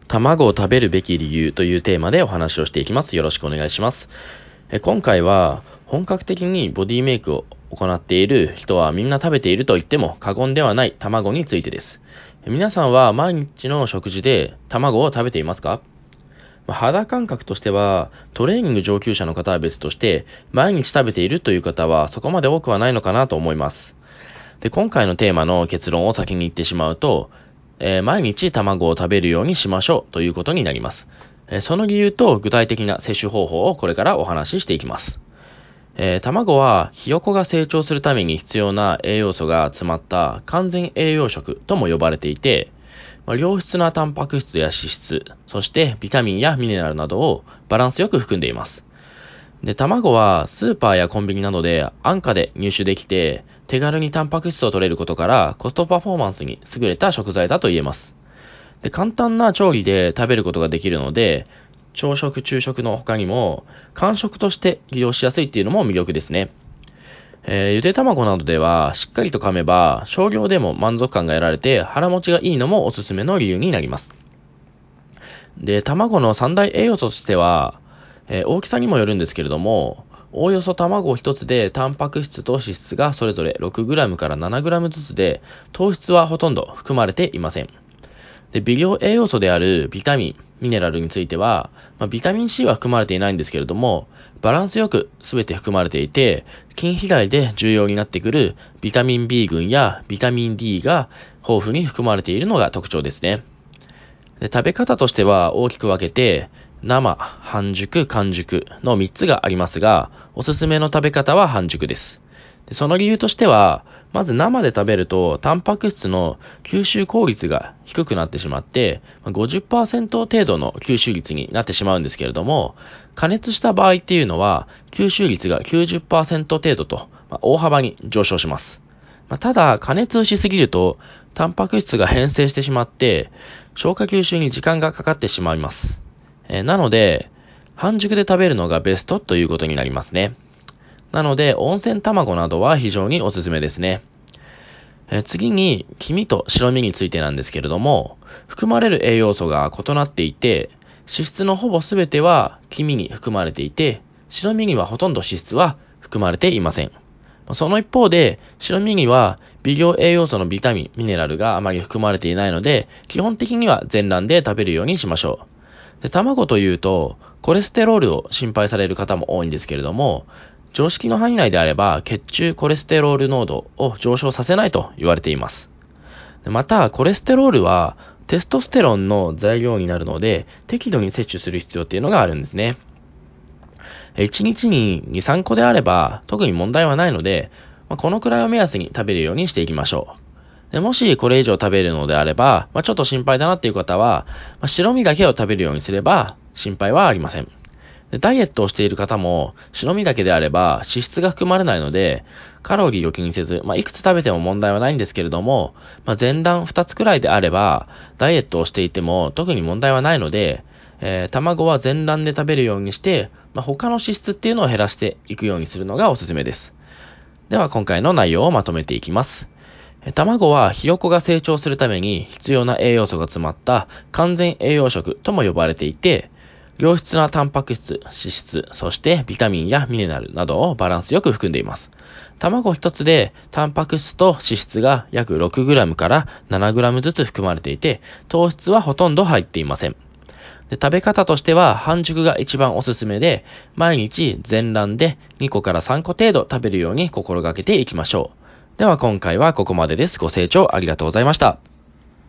卵を食べるべき理由というテーマでお話をしていきます。よろしくお願いします。今回は本格的にボディメイクを行っている人はみんな食べていると言っても過言ではない卵についてです。皆さんは毎日の食事で卵を食べていますか？肌感覚としてはトレーニング上級者の方は別として毎日食べているという方はそこまで多くはないのかなと思います。で、今回のテーマの結論を先に言ってしまうと、毎日卵を食べるようにしましょうということになります。その理由と具体的な摂取方法をこれからお話ししていきます。卵はひよこが成長するために必要な栄養素が詰まった完全栄養食とも呼ばれていて、良質なタンパク質や脂質、そしてビタミンやミネラルなどをバランスよく含んでいます。で、卵はスーパーやコンビニなどで安価で入手できて、手軽にタンパク質を取れることからコストパフォーマンスに優れた食材だと言えます。で、簡単な調理で食べることができるので、朝食、昼食の他にも間食として利用しやすいっていうのも魅力ですね。ゆで卵などではしっかりと噛めば少量でも満足感が得られて腹持ちがいいのもおすすめの理由になります。で、卵の三大栄養素としては、大きさにもよるんですけれども、おおよそ卵一つでタンパク質と脂質がそれぞれ 6g から 7g ずつで、糖質はほとんど含まれていません。で、微量栄養素であるビタミン、ミネラルについては、ビタミン C は含まれていないんですけれども、バランスよく全て含まれていて、筋肥大で重要になってくるビタミン B 群やビタミン D が豊富に含まれているのが特徴ですね。で、食べ方としては大きく分けて、生、半熟、完熟の3つがありますが、おすすめの食べ方は半熟です。で、その理由としては、まず生で食べると、タンパク質の吸収効率が低くなってしまって、50% 程度の吸収率になってしまうんですけれども、加熱した場合っていうのは、吸収率が 90% 程度と、大幅に上昇します。ただ、加熱しすぎると、タンパク質が変性してしまって、消化吸収に時間がかかってしまいます。なので、半熟で食べるのがベストということになりますね。なので、温泉卵などは非常におすすめですね。次に、黄身と白身についてなんですけれども、含まれる栄養素が異なっていて、脂質のほぼ全ては黄身に含まれていて、白身にはほとんど脂質は含まれていません。その一方で、白身には微量栄養素のビタミン、ミネラルがあまり含まれていないので、基本的には全卵で食べるようにしましょう。で、卵というと、コレステロールを心配される方も多いんですけれども、常識の範囲内であれば、血中コレステロール濃度を上昇させないと言われています。また、コレステロールはテストステロンの材料になるので、適度に摂取する必要っていうのがあるんですね。1日に2、3個であれば特に問題はないので、このくらいを目安に食べるようにしていきましょう。で、もしこれ以上食べるのであれば、ちょっと心配だなっていう方は、白身だけを食べるようにすれば心配はありません。で、ダイエットをしている方も白身だけであれば脂質が含まれないので、カロリーを気にせず、いくつ食べても問題はないんですけれども、全卵2つくらいであれば、ダイエットをしていても特に問題はないので、卵は全卵で食べるようにして、他の脂質っていうのを減らしていくようにするのがおすすめです。では今回の内容をまとめていきます。卵はひよこが成長するために必要な栄養素が詰まった完全栄養食とも呼ばれていて、良質なタンパク質、脂質、そしてビタミンやミネラルなどをバランスよく含んでいます。卵一つでタンパク質と脂質が約 6g から 7g ずつ含まれていて、糖質はほとんど入っていません。で、食べ方としては半熟が一番おすすめで、毎日全卵で2個から3個程度食べるように心がけていきましょう。では今回はここまでです。ご清聴ありがとうございました。